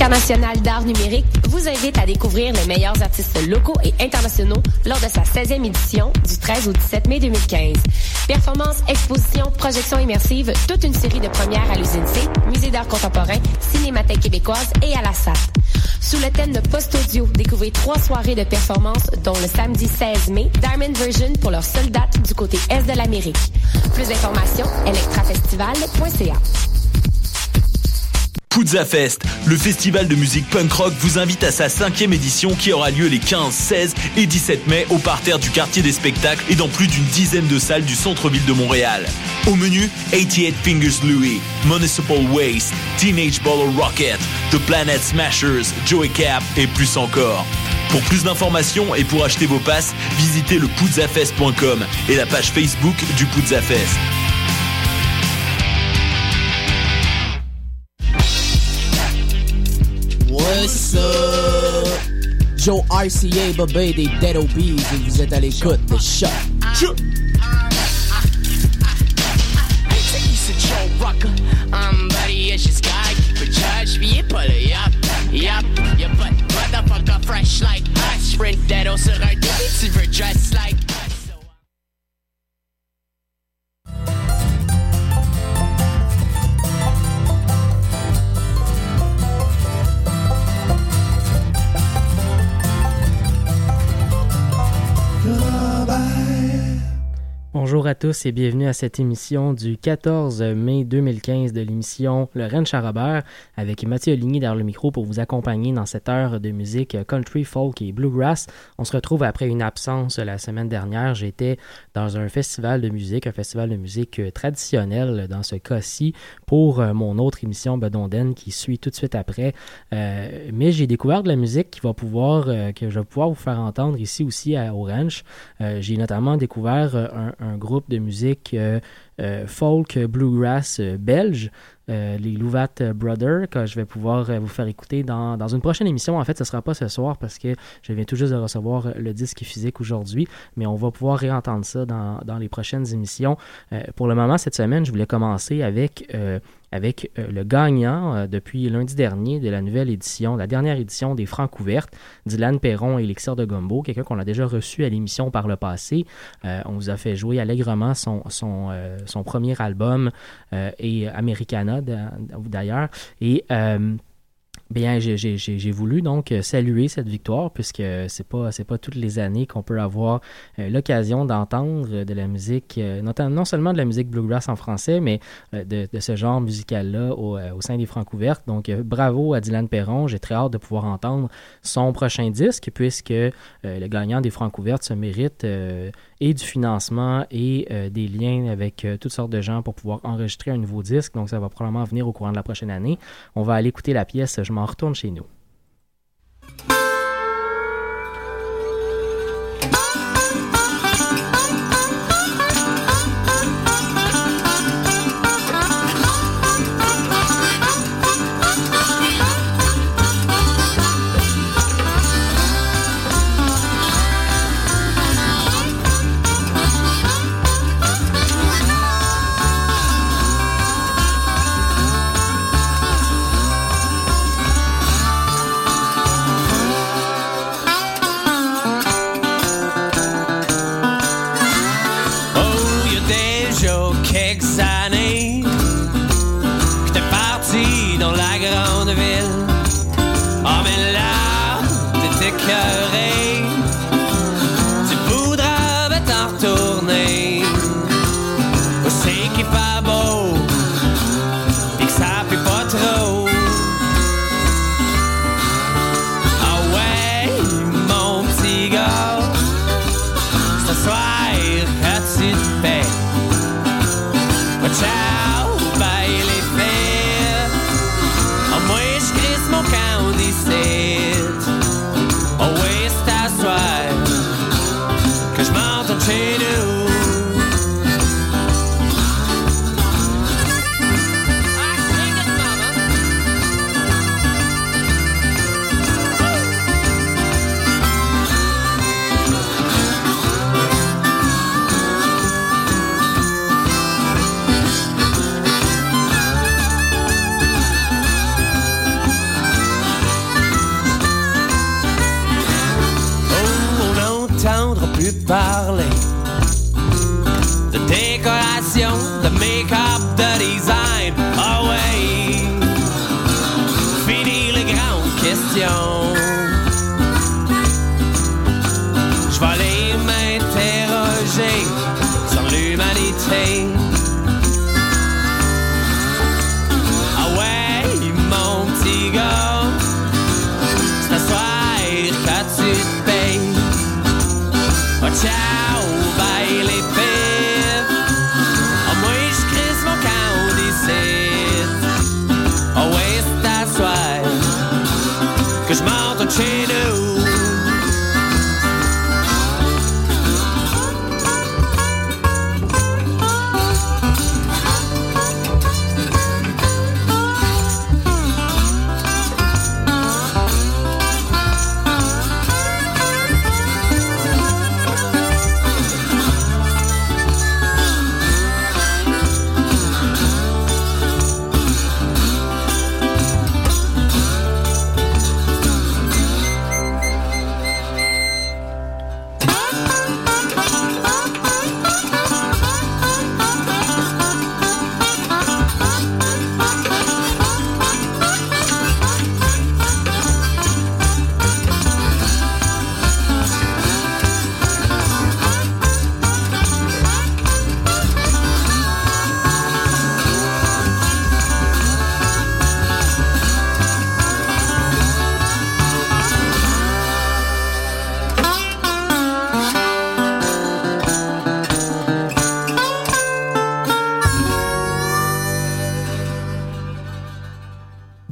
international d'art numérique vous invite à découvrir les meilleurs artistes locaux et internationaux lors de sa 16e édition du 13 au 17 mai 2015. Performances, expositions, projections immersives, toute une série de premières à l'Usine C, Musée d'art contemporain, Cinémathèque québécoise et à la SAT. Sous le thème de post-audio, découvrez 3 soirées de performances, dont le samedi 16 mai, Diamond Version pour leur seule date du côté est de l'Amérique. Plus d'informations, electrafestival.ca. Poudza Fest, le festival de musique punk rock vous invite à sa 5e édition qui aura lieu les 15, 16 et 17 mai au parterre du quartier des spectacles et dans plus d'une dizaine de salles du centre-ville de Montréal. Au menu, 88 Fingers Louie, Municipal Waste, Teenage Bottle Rocket, The Planet Smashers, Joey Cap et plus encore. Pour plus d'informations et pour acheter vos passes, visitez le poudzafest.com et la page Facebook du Poudza Fest. What's up? Joe RCA, Bobé des Dead Obies et vous êtes à l'écoute de Choc. Buddy, it's just guy. For judge, be it, pull it up. Yup, your butt, motherfucker, fresh like us. Sprint that on sur un débit, tu veux dress like us. Bonjour à tous et bienvenue à cette émission du 14 mai 2015 de l'émission Le Ranch à Robert avec Mathieu Ligny derrière le micro pour vous accompagner dans cette heure de musique country, folk et bluegrass. On se retrouve après une absence la semaine dernière. J'étais dans un festival de musique traditionnelle dans ce cas-ci pour mon autre émission Bedonden qui suit tout de suite après. Mais j'ai découvert de la musique que je vais pouvoir vous faire entendre ici aussi au Ranch. J'ai notamment découvert un groupe de musique folk bluegrass belge, les Louvat Brothers, que je vais pouvoir vous faire écouter dans une prochaine émission. En fait, ce ne sera pas ce soir parce que je viens tout juste de recevoir le disque physique aujourd'hui, mais on va pouvoir réentendre ça dans les prochaines émissions. Pour le moment, cette semaine, je voulais commencer avec le gagnant depuis lundi dernier de la dernière édition des Francouvertes, Dylan Perron et Elixir de Gumbo, quelqu'un qu'on a déjà reçu à l'émission par le passé. On vous a fait jouer allègrement son premier album et Americana d'ailleurs. Et bien, j'ai voulu donc saluer cette victoire puisque c'est pas toutes les années qu'on peut avoir l'occasion d'entendre de la musique, non seulement de la musique bluegrass en français, mais de ce genre musical-là au sein des Francouvertes. Donc, bravo à Dylan Perron. J'ai très hâte de pouvoir entendre son prochain disque puisque le gagnant des Francouvertes se mérite et du financement et des liens avec toutes sortes de gens pour pouvoir enregistrer un nouveau disque. Donc, ça va probablement venir au courant de la prochaine année. On va aller écouter la pièce « Je m'en retourne chez nous ».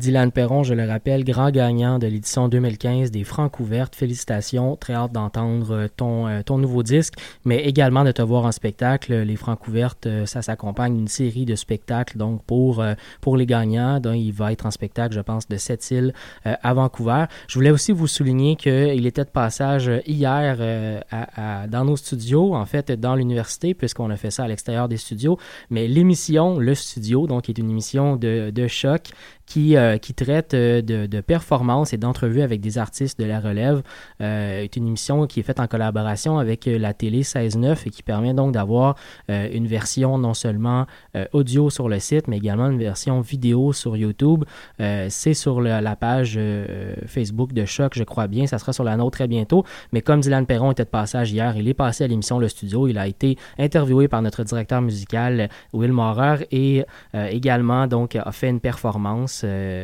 Dylan Perron, je le rappelle, grand gagnant de l'édition 2015 des Francouvertes. Félicitations, très hâte d'entendre ton nouveau disque, mais également de te voir en spectacle. Les Francouvertes, ça s'accompagne d'une série de spectacles, donc pour les gagnants. Donc, il va être en spectacle, je pense, de Sept-Îles à Vancouver. Je voulais aussi vous souligner qu'il était de passage hier dans nos studios, en fait, dans l'université, puisqu'on a fait ça à l'extérieur des studios, mais l'émission Le Studio, donc, est une émission de choc qui traite de performance et d'entrevues avec des artistes de la relève. C'est une émission qui est faite en collaboration avec la télé 16-9 et qui permet donc d'avoir une version non seulement audio sur le site, mais également une version vidéo sur YouTube. C'est sur la page Facebook de Choc, je crois bien. Ça sera sur la nôtre très bientôt. Mais comme Dylan Perron était de passage hier, il est passé à l'émission Le Studio. Il a été interviewé par notre directeur musical, Will Maurer, et également donc a fait une performance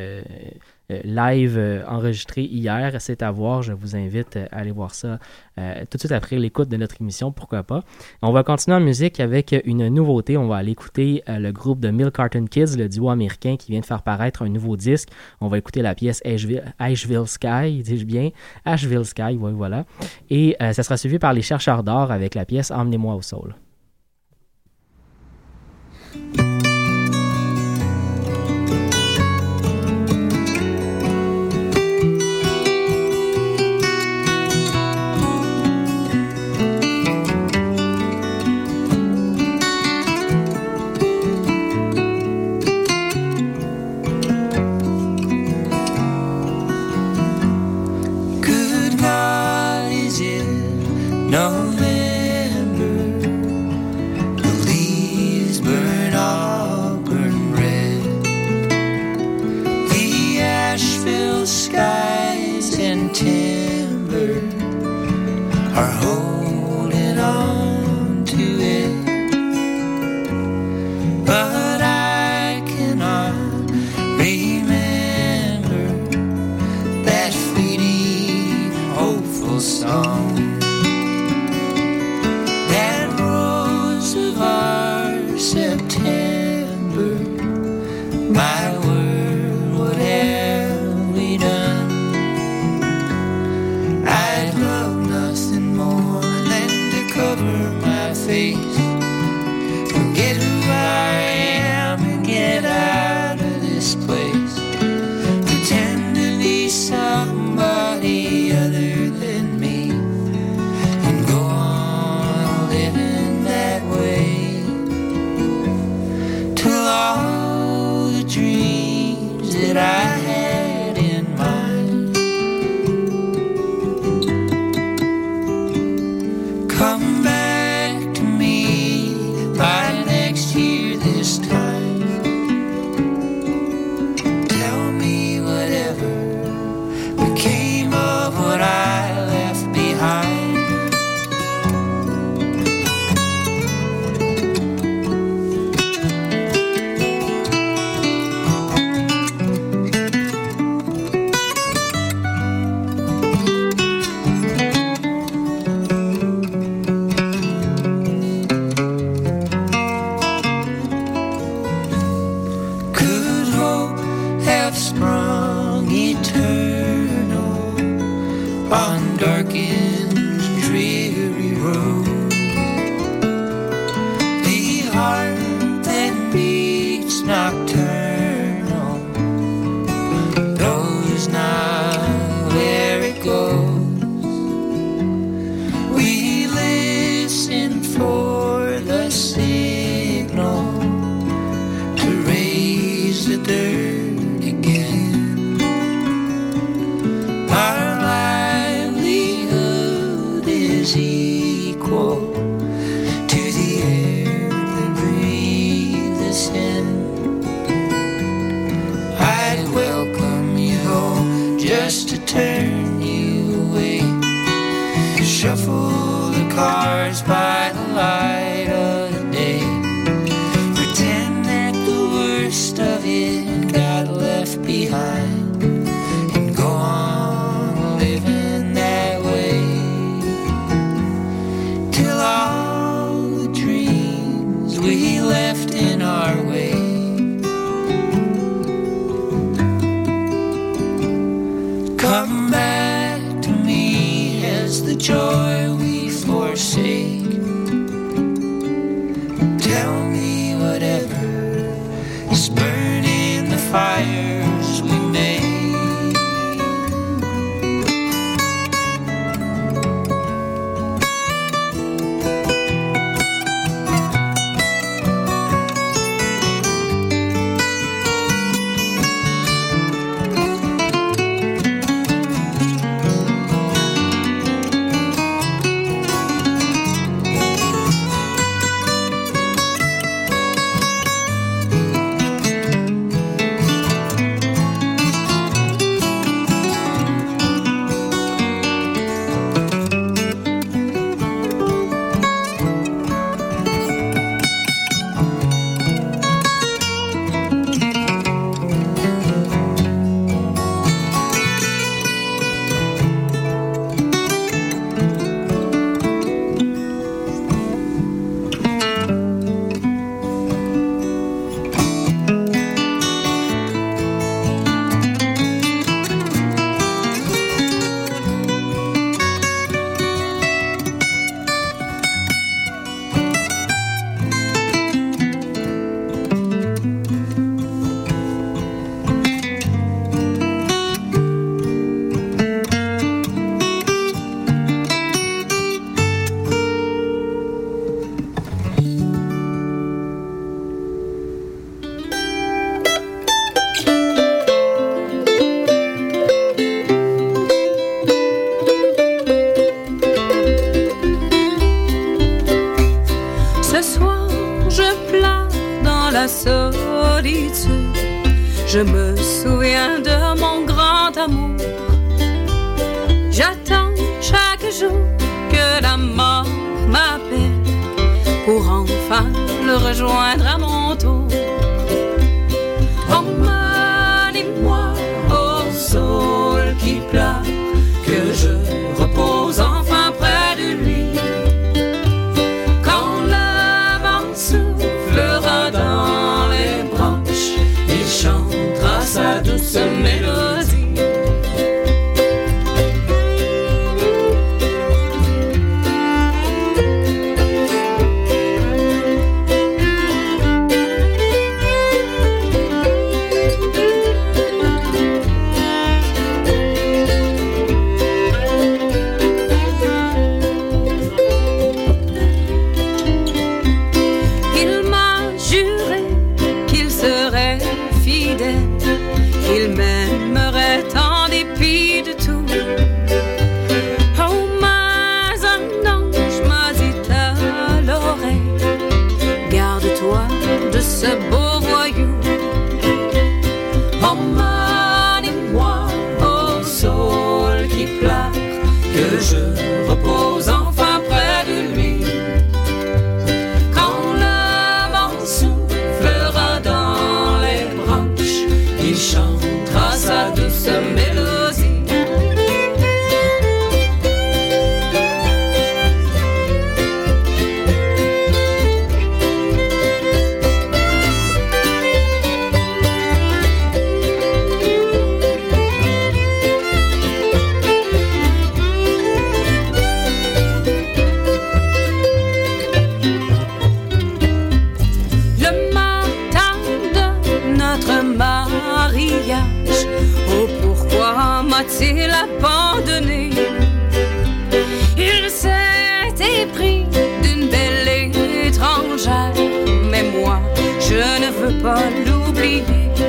live enregistré hier. C'est à voir. Je vous invite à aller voir ça tout de suite après l'écoute de notre émission. Pourquoi pas? On va continuer en musique avec une nouveauté. On va aller écouter le groupe de Milk Carton Kids, le duo américain qui vient de faire paraître un nouveau disque. On va écouter la pièce Asheville Sky, dis-je bien? Asheville Sky, oui, voilà. Et ça sera suivi par les Chercheurs d'or avec la pièce Emmenez-moi au soul. November, the leaves burn auburn red. The Asheville skies and timber are holding on to it, but I cannot remember that fleeting, hopeful song. September, my word, what have we done? I'd love nothing more than to cover my face, forget who I am and get out of this place, pretend to be somebody other than me, and go on living that way. All the dreams that I had in mind come back to me by next year this time. Tell me whatever became of what I left behind. On darkened, dreary road, the heart that beats nocturnal knows not where it goes. We listen for the signal to raise the dirt again. Our is equal to the air that breathes us in. I'd welcome you home just to turn you away, shuffle the cards by the light of the day, pretend that the worst of it got left behind, and go on living that way. All the dreams we left in our way. is burning the fires we made. Je me souviens de mon grand amour. J'attends chaque jour que la mort m'appelle pour enfin le rejoindre à mon tour. Emmenez-moi au sol qui pleure, que je repose enfin près de lui. Quand le vent soufflera dans les branches, il chantera sa douce mélodie. Ce beau voyou, emmenez-moi au sol qui pleure, que je repose enfin près de lui. Quand le vent soufflera dans les branches, il chantera sa douce mélodie. Oh, pourquoi m'a-t-il abandonné? Il s'est épris d'une belle étrangère, mais moi, je ne veux pas l'oublier.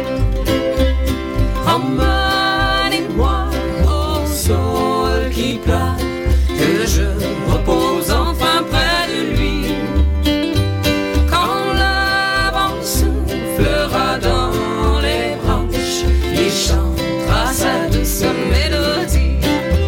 Emmenez-moi au sol qui pleure, que je repose enfin près de lui. Quand le vent soufflera dans les branches, il chantera sa douce mélodie.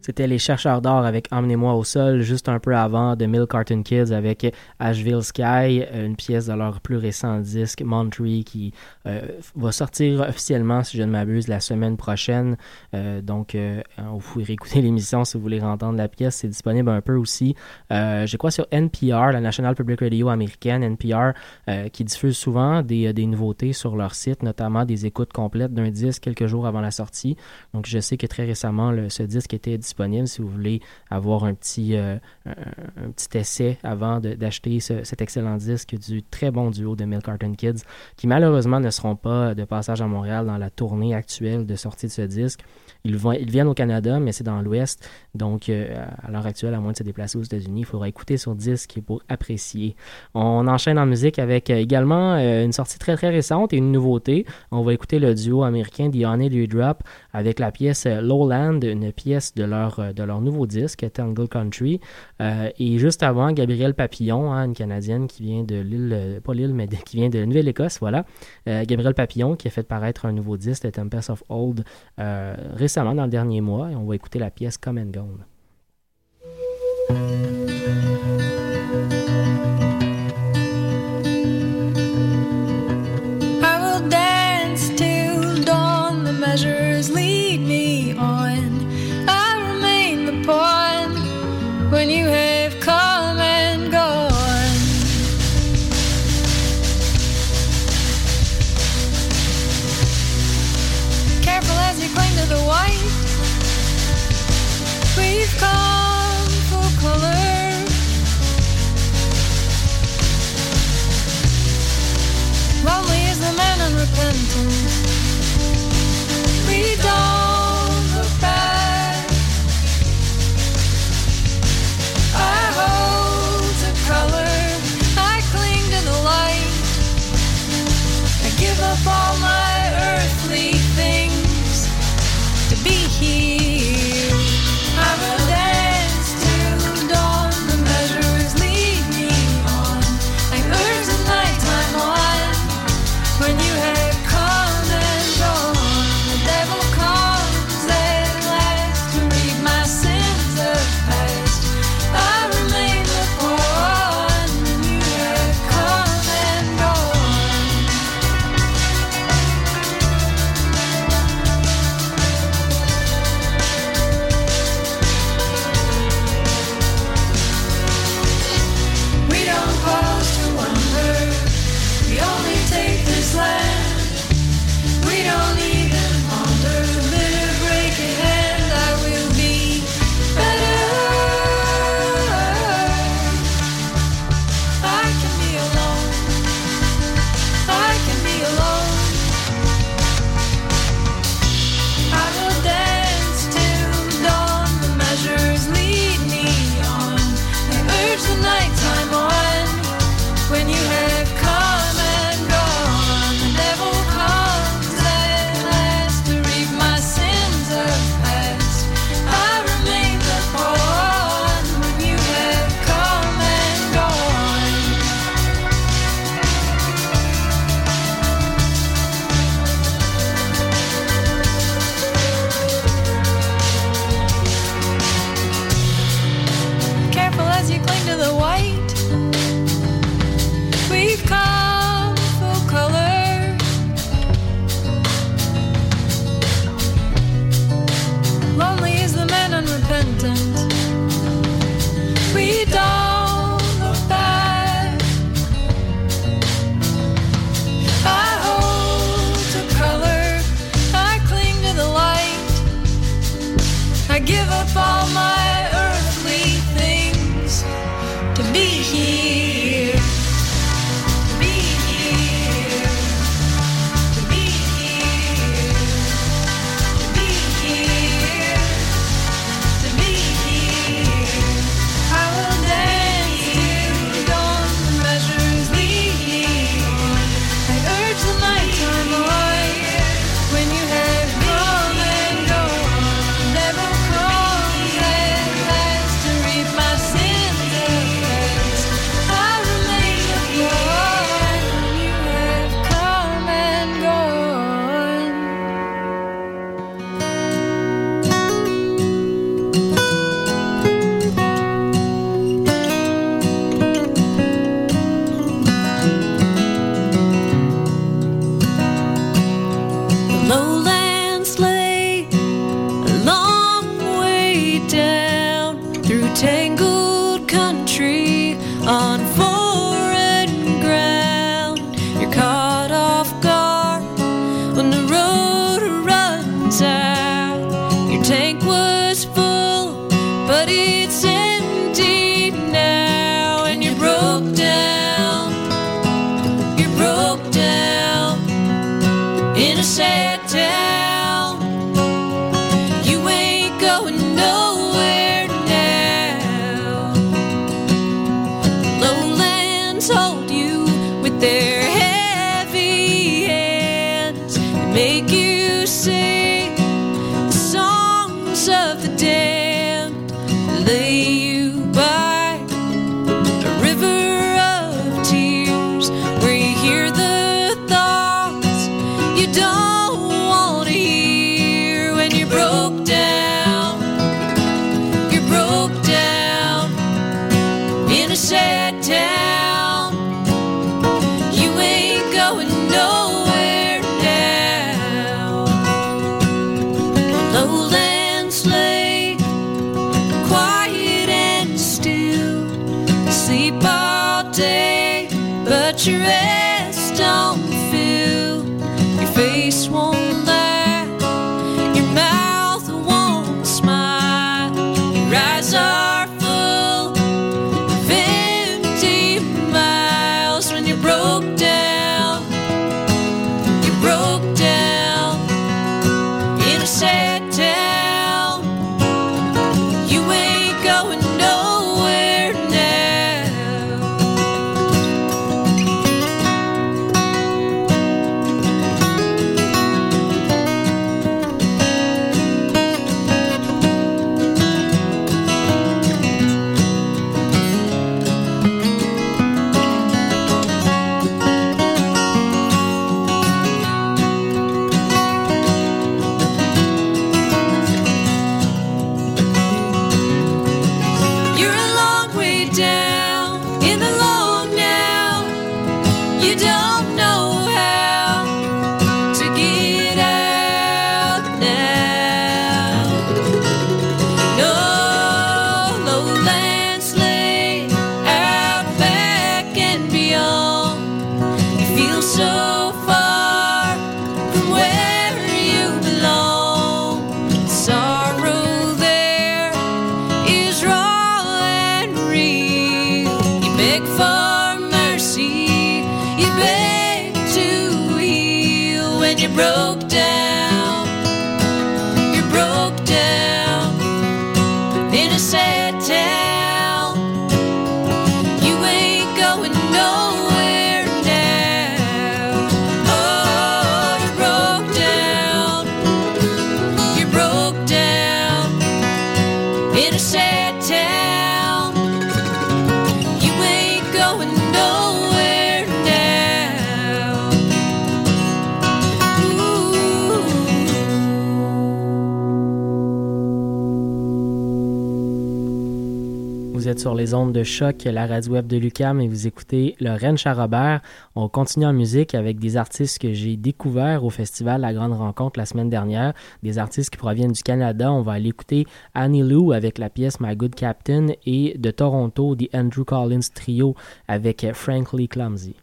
C'était les Chercheurs d'or avec Emmenez-moi au sol, juste un peu avant de Milk Carton Kids avec Asheville Sky, une pièce de leur plus récent disque, Monterey, qui va sortir officiellement, si je ne m'abuse, la semaine prochaine. Donc, vous pouvez réécouter l'émission si vous voulez entendre la pièce. C'est disponible un peu aussi, je crois, sur NPR, la National Public Radio américaine, NPR, qui diffuse souvent des nouveautés sur leur site, notamment des écoutes complètes d'un disque quelques jours avant la sortie. Donc, je sais que très récemment, ce disque était disponible si vous voulez avoir un petit essai avant d'acheter cet excellent disque du très bon duo de Milk Carton Kids, qui malheureusement ne seront pas de passage à Montréal dans la tournée actuelle de sortie de ce disque. Ils viennent au Canada, mais c'est dans l'Ouest. Donc, à l'heure actuelle, à moins de se déplacer aux États-Unis, il faudra écouter sur disque pour apprécier. On enchaîne en musique avec également une sortie très très récente et une nouveauté. On va écouter le duo américain The Honeydew Drop avec la pièce Lowland, une pièce de leur nouveau disque, Tangle Country. Et juste avant, Gabrielle Papillon, une Canadienne qui vient de l'île, pas l'île, mais qui vient de Nouvelle-Écosse, voilà. Gabrielle Papillon qui a fait paraître un nouveau disque, The Tempest of Old, récemment dans le dernier mois, et on va écouter la pièce Come and Gone. I will dance till dawn, the measures lead me on. I remain the pawn when you have come and gone. Careful as you cling to the white, we winds hold you with their heavy hands and make you sing the songs of the damned, lay you by a river of tears where you hear the thoughts you don't want to hear. When you're broke down, you're broke down in a sad town. You ain't going nowhere now. Lowlands lay quiet and still, sleep all day, but your rest don't fill. Your face won't laugh, your mouth won't smile, your eyes are full of empty miles. When you're broke down, you're broke down in a sad town. You ain't going nowhere now. You're a long way down in the long now. You don't know how to get out now. No, lowlands lay out back and beyond. You feel so far from where you belong. Sorrow there is raw and real. You beg for mercy, you beg to heal. When you're broke down, you're broke down in a sad town. You ain't going nowhere now. Oh, you're broke down, you're broke down in a sad town. You ain't going nowhere now. Vous êtes sur les ondes de Choc, la radio web de l'UQAM, et vous écoutez Lorraine Charrobert. On continue en musique avec des artistes que j'ai découverts au festival La Grande Rencontre la semaine dernière, des artistes qui proviennent du Canada. On va aller écouter Annie Lou avec la pièce My Good Captain et de Toronto, The Andrew Collins Trio avec Frankly Clumsy.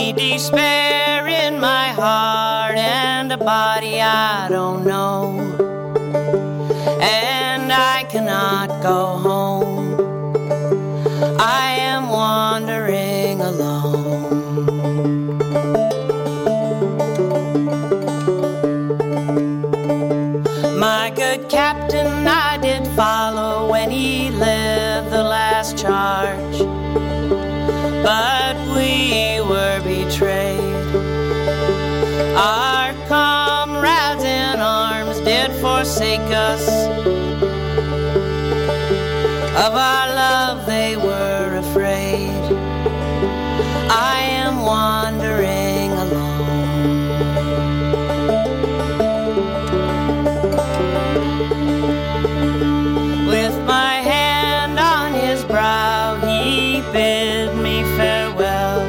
me despair in my heart and a body I don't know, and I cannot go home. I am wandering alone. My good captain I did follow when he led the last charge, but we were betrayed. Our comrades in arms did forsake us. Of our love they were afraid. I am wandering alone. With my hand on his brow, he bid me farewell.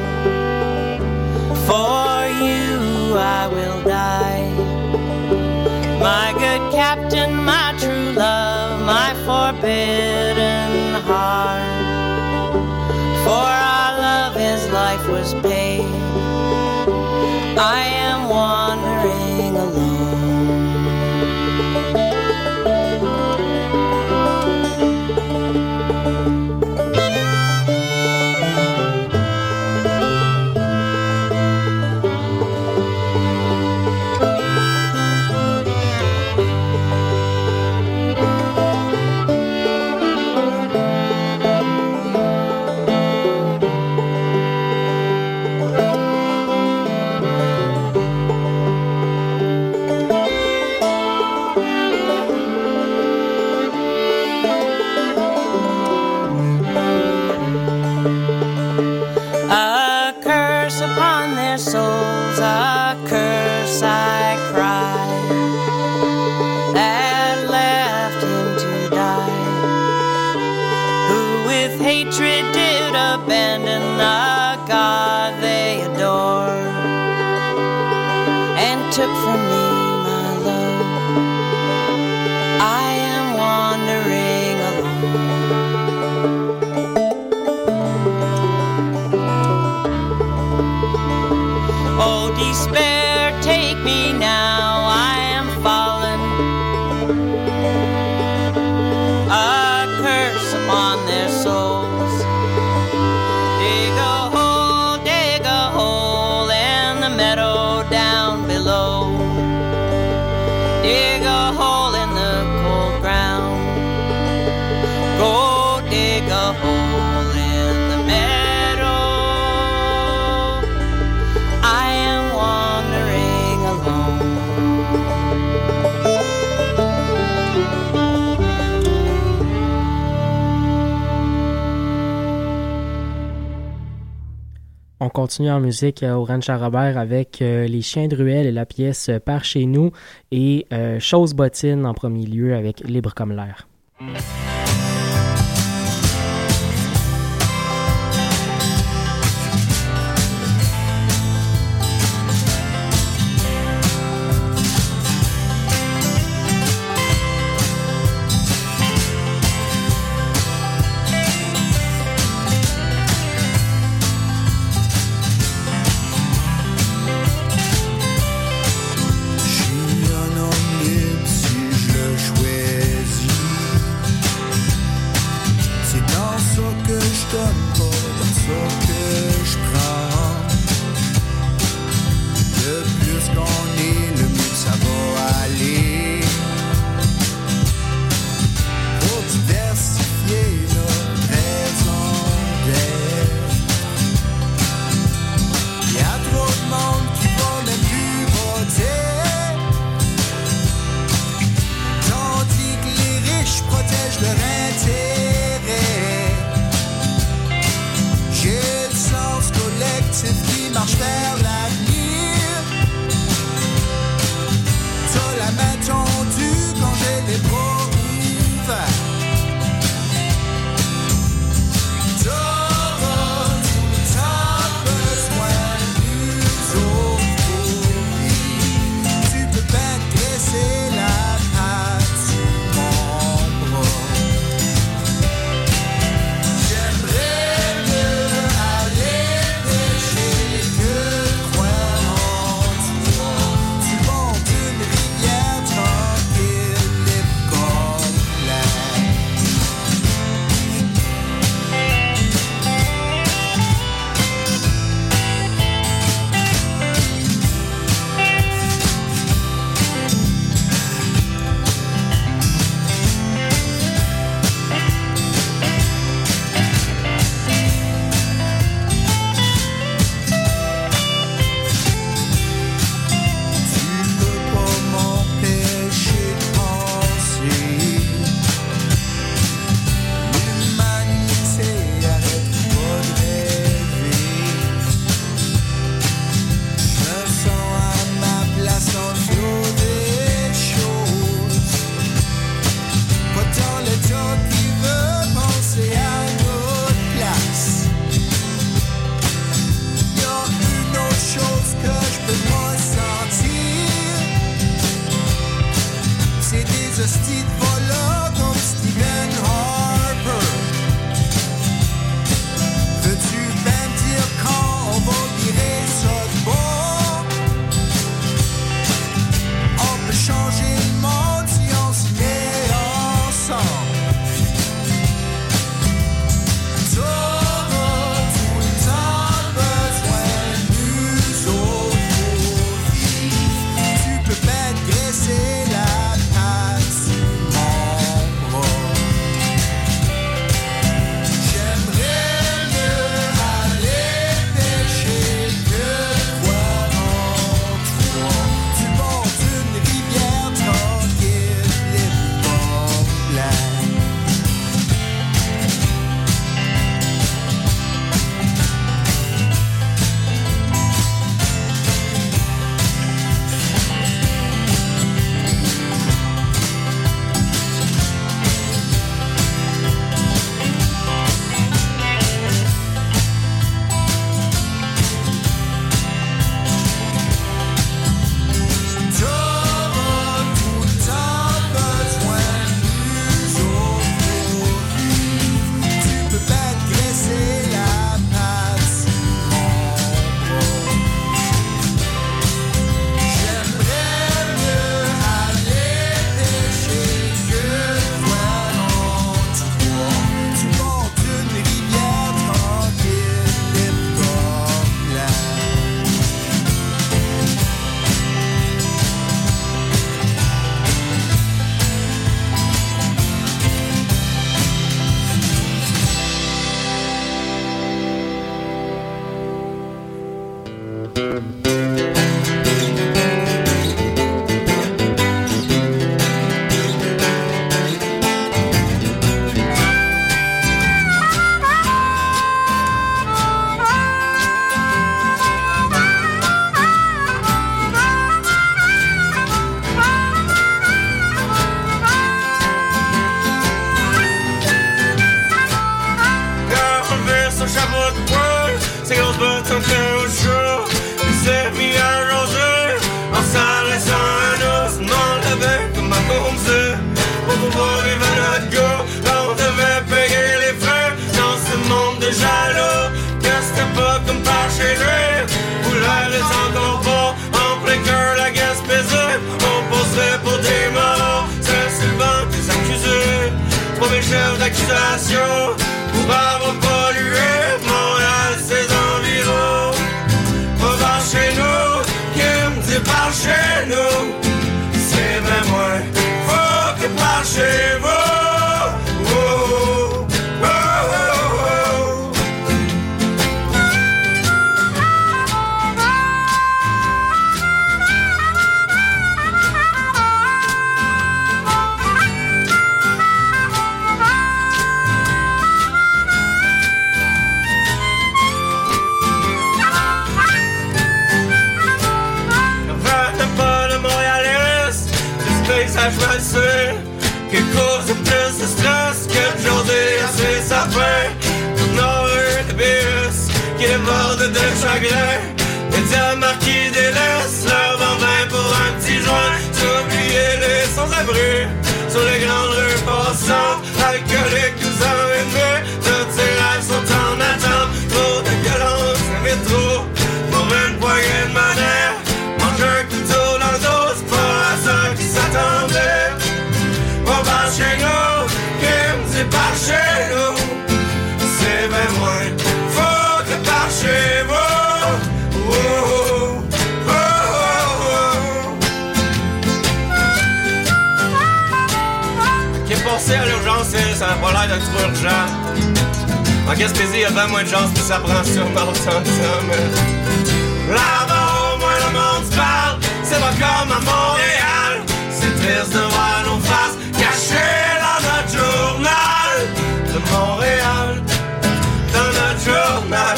For you I will die, my good captain, my true love, my forbidden heart. For our love his life was paid. I am wandering alone. A curse upon their souls, a curse I cry, that left him to die, who with hatred did abandon a God they adore, and took from me my love. I am wandering alone. Oh, despair, take me now, I am fallen. A curse upon their souls. Dig a hole in the meadow down below. Dig a hole in the cold ground. Go dig a hole in the meadow. I am wandering alone. On continue en musique au Ranch à Robert avec les Chiens de Ruelle et la pièce Par chez nous et Chose bottine en premier lieu avec Libre comme l'air. Je suis un homme libre si je le choisis. Chef d'accusation pour avoir pollué Montréal, ses environs. Va par chez nous, qui me dit par chez nous, c'est bien moins faux que par chez vous. Oh, oh, oh, oh. Je le sais, qui cause plus de stress que de journée à ses sapins. Tout Nord de BS qui déborde de chagrin. Les diamants qui délaissent leur bambin pour un petit joint. S'oublier les sans-abri sur les grandes rues passantes. Alcooliques nous ennemis, toutes ces rêves sont en attente. Trop de violence, le métro, pour une poignée de manière. Mange un couteau dans le dos, c'est pas à ça qui s'attendait. On va chez nous, qui me dit par chez nous, c'est bien moins faux que par chez vous. Oh, oh, oh, oh. Qui est passé à l'urgence, ça n'a pas l'air d'être trop urgent. En Gaspésie, il y a bien moins de gens que ça prend sûrement autant de temps, mais là-bas, au moins le monde se parle. C'est pas comme à Montréal. C'est triste de voir nos faces cachées dans notre journal de Montréal, dans notre journal.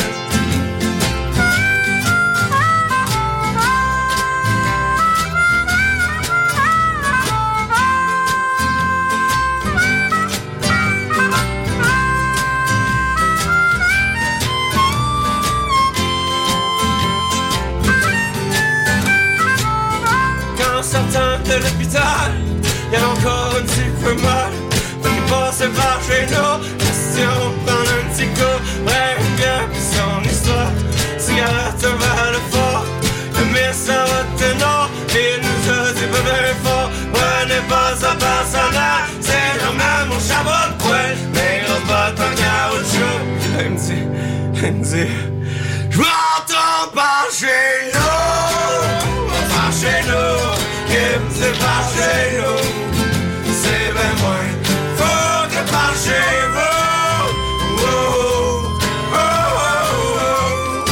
Sortant de l'hôpital, y'a encore un petit peu mal. Faut qu'il passe par chez nous. Question, prendre un petit coup, bref, bien, puis son histoire. Cigarette, un verre de fort. Le médecin retenant, il nous a dit pas bien fort. Prenez pas ça personnel, c'est jamais mon chapeau de poêle. Mais il rebat en caoutchouc. Puis là, il me dit, j'entends par chez nous, par chez nous. C'est par chez nous, c'est bien moins faux que par chez vous. Oh, oh, oh, oh.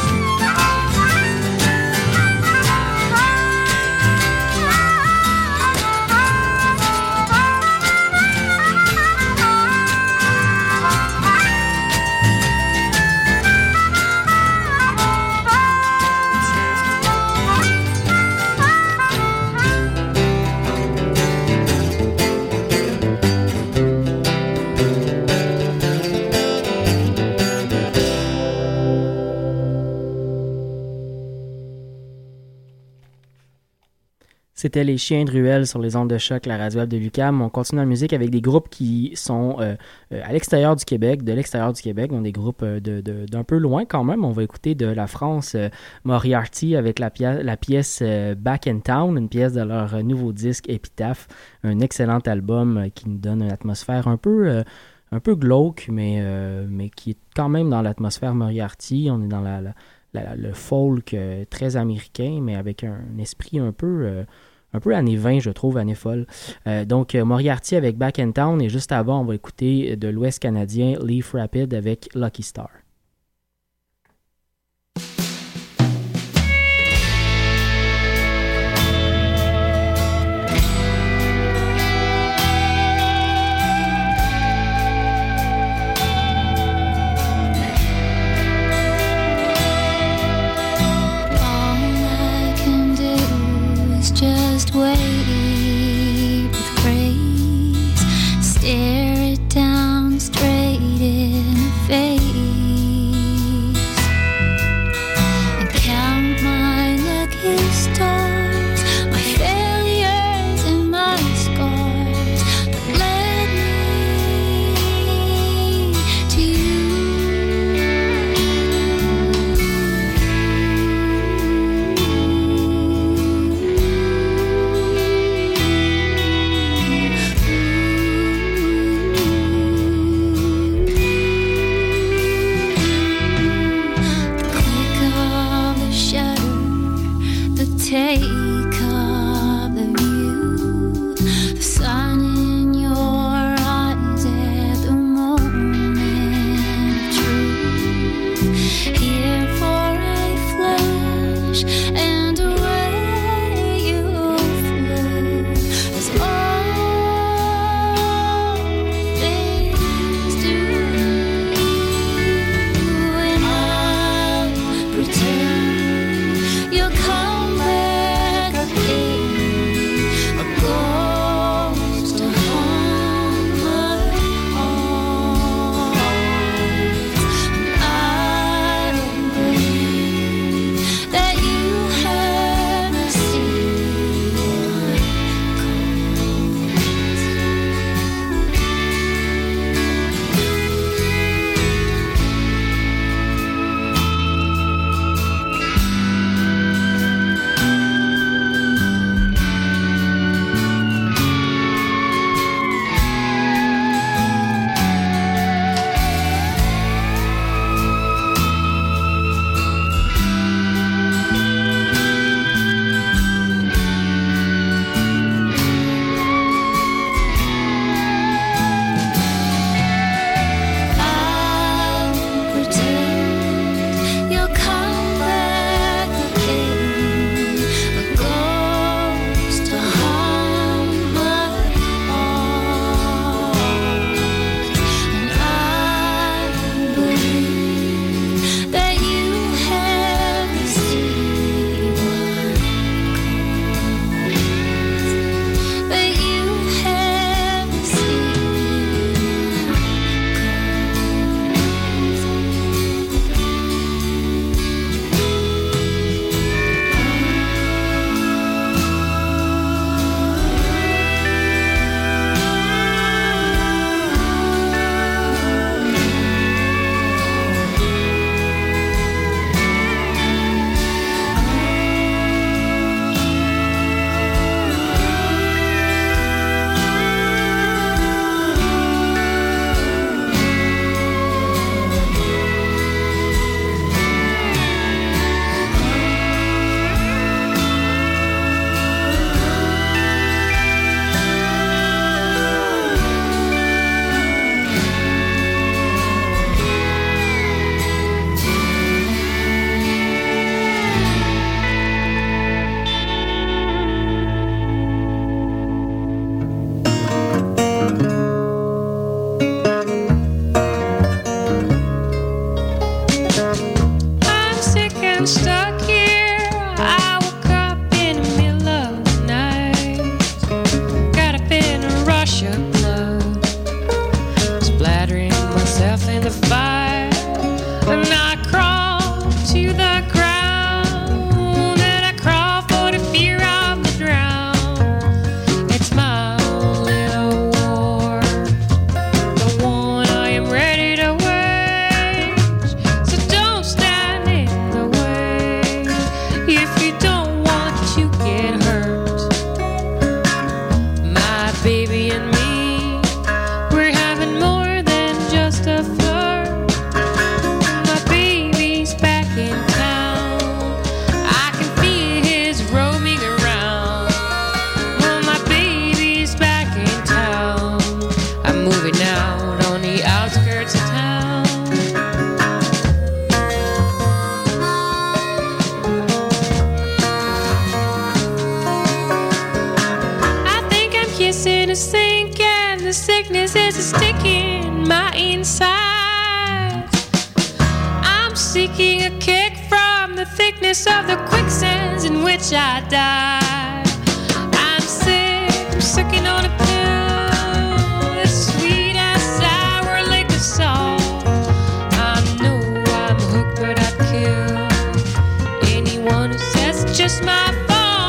C'était les Chiens de Ruelle sur les ondes de choc, la radio web de l'UQAM. On continue en musique avec des groupes qui sont à l'extérieur du Québec, de l'extérieur du Québec, donc des groupes d'un peu loin quand même. On va écouter de la France Moriarty avec la pièce Back in Town, une pièce de leur nouveau disque Épitaphe, un excellent album qui nous donne une atmosphère un peu glauque, mais qui est quand même dans l'atmosphère Moriarty. On est dans le folk très américain, mais avec un esprit un peu années 20, je trouve, années folles. Donc, Moriarty avec Back in Town, et juste avant, on va écouter de l'Ouest canadien Leaf Rapid avec Lucky Star. take up the view, the sun in your eyes at the moment of truth. Here for a flash and away you flew, as all things do. And I'll pretend you'll come back again, a ghost to haunt my heart. And I believe that you haven't seen what I'll pretend you'll come back again, a ghost to haunt my heart. And I believe that you haven't seen what that you haven't seen what I'm sick and stuck here. I woke up in the middle of the night. Got up in a rush of blood, splattering myself in the fire. And I crawl to the ground, and I crawl for the fear of the drown. It's my little war, the one I am ready to wage. So don't stand in the way if you don't want to get hurt. My baby and me, we're having more than just a flirt. My baby's back in town, I can feel his roaming around. Well, my baby's back in town, I'm moving out on the outskirts of town. I think I'm kissing a sink, and the sickness is a stick in my inside. I'm seeking a kick from the thickness of the quicksands in which I die. I'm sick, I'm sucking on a pill, it's sweet and sour like the salt. I know I'm hooked, but I'd kill anyone who says it's just my fault.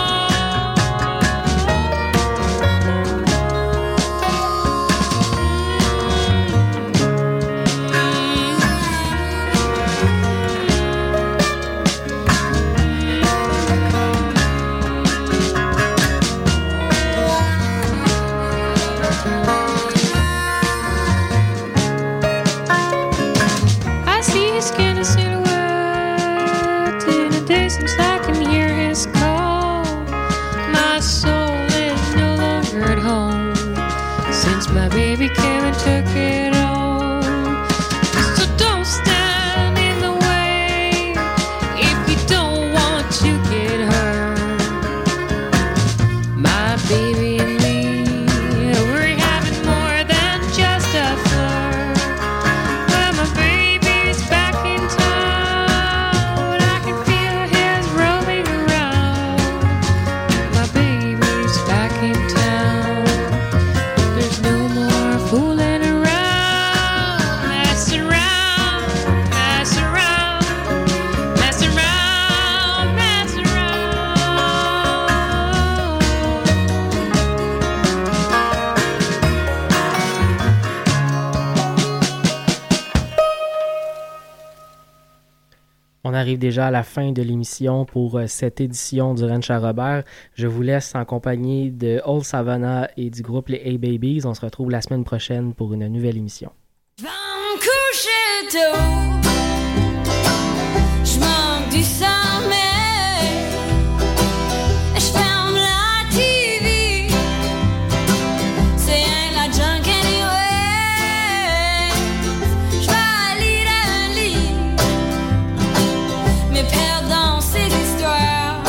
I see his skin a silhouette in the distance, I can hear his call. arrive déjà à la fin de l'émission pour cette édition du Ranch à Robert. Je vous laisse en compagnie de Old Savannah et du groupe les A-Babies. On se retrouve la semaine prochaine pour une nouvelle émission. Je vais me coucher tôt, je manque du sommeil, je ferme la TV, c'est rien la junk anyway. Je vais lire un livre, me perdre dans ces histoires,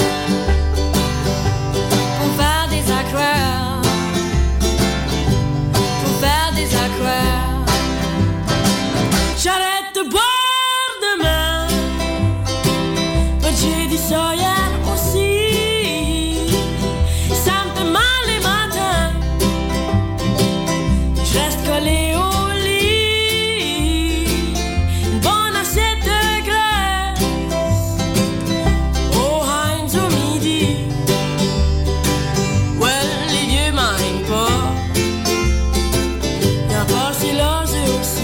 pour faire des aquarelles, pour faire des aquarelles. J'arrête de boire demain, mais j'ai dit ça hier aussi. Ça me fait mal les matins, je reste collé au lit. Une bonne assiette de graisse au Heinz au midi. Well, les vieux m'aiment pas, y'a pas si l'âge aussi.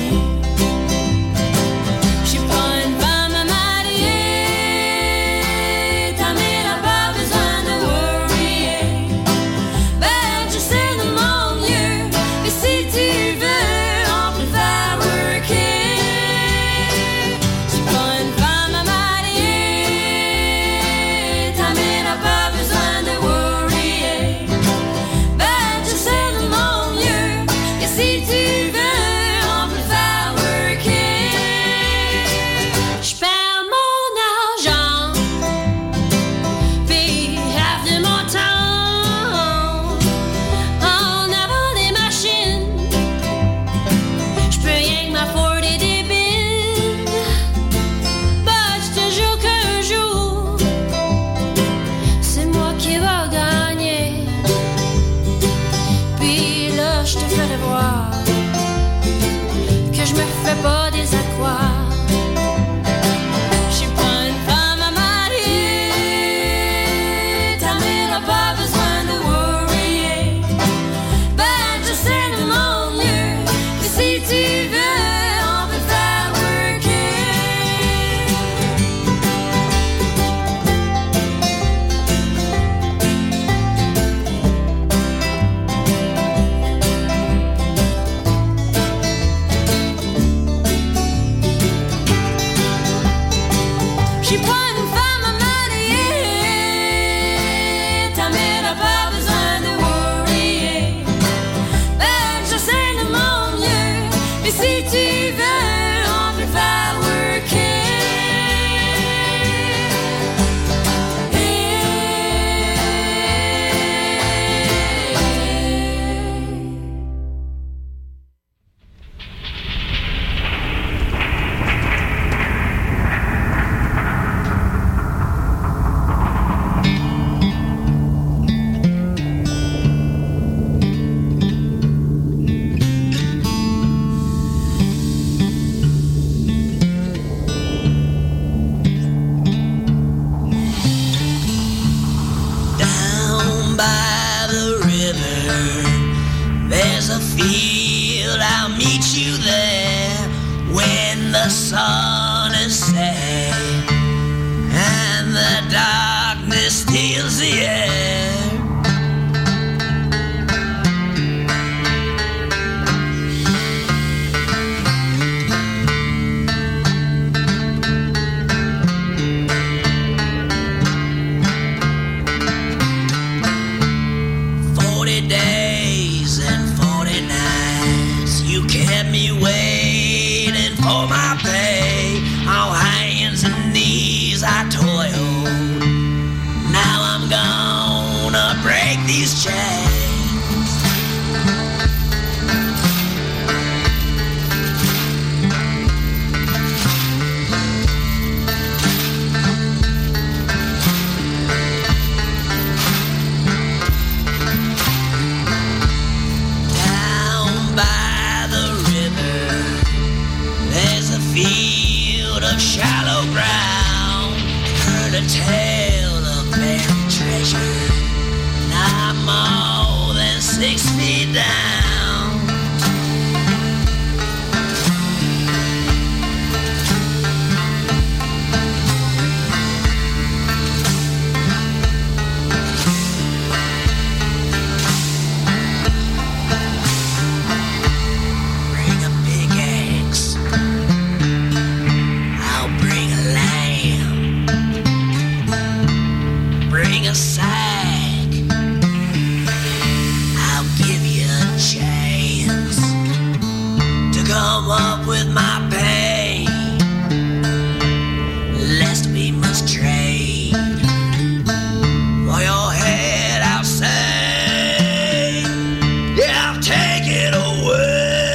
Pas des aquas. Je suis pas une femme à marier, ta mère n'a pas besoin de worrier. Ben je sais de mon mieux que si tu veux on peut faire J'ai pas une femme à marier, ta mère n'a pas besoin de worrier. Ben je sais de mon mieux, mais si tu veux on peut faire the sun is set and the darkness steals the air. These chains, down by the river, there's a field of shallow ground. Heard a tale of buried treasure. I'm more than 6 feet down. bring a sack. I'll give you a chance to come up with my pain, lest we must trade for your head outside. Yeah, I'll take it away.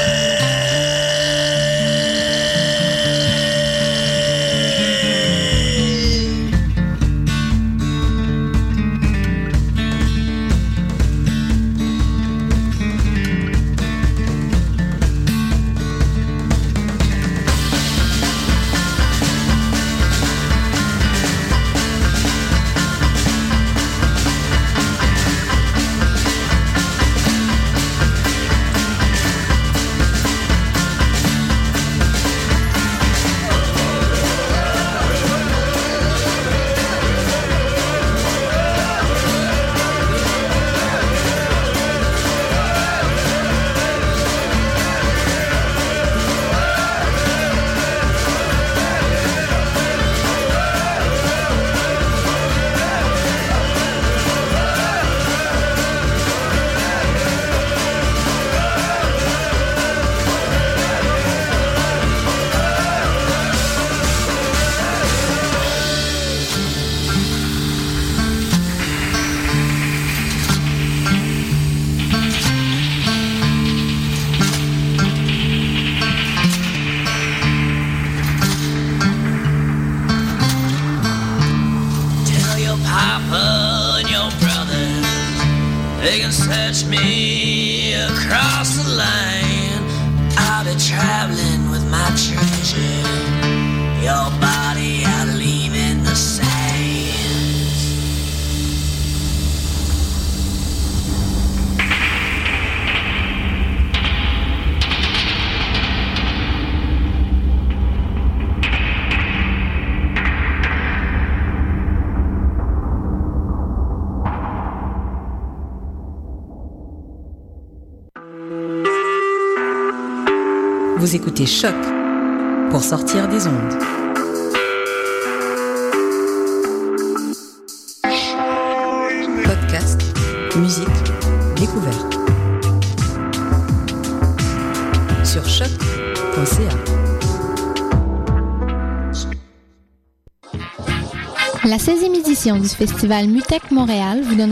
They can search me across the line. I'll be traveling with my treasure. Your body I'll leave in the sands. Vous écoutez Choc pour sortir des ondes. Podcast, musique, découverte. Sur choc.ca. La 16e édition du Festival Mutec Montréal vous donne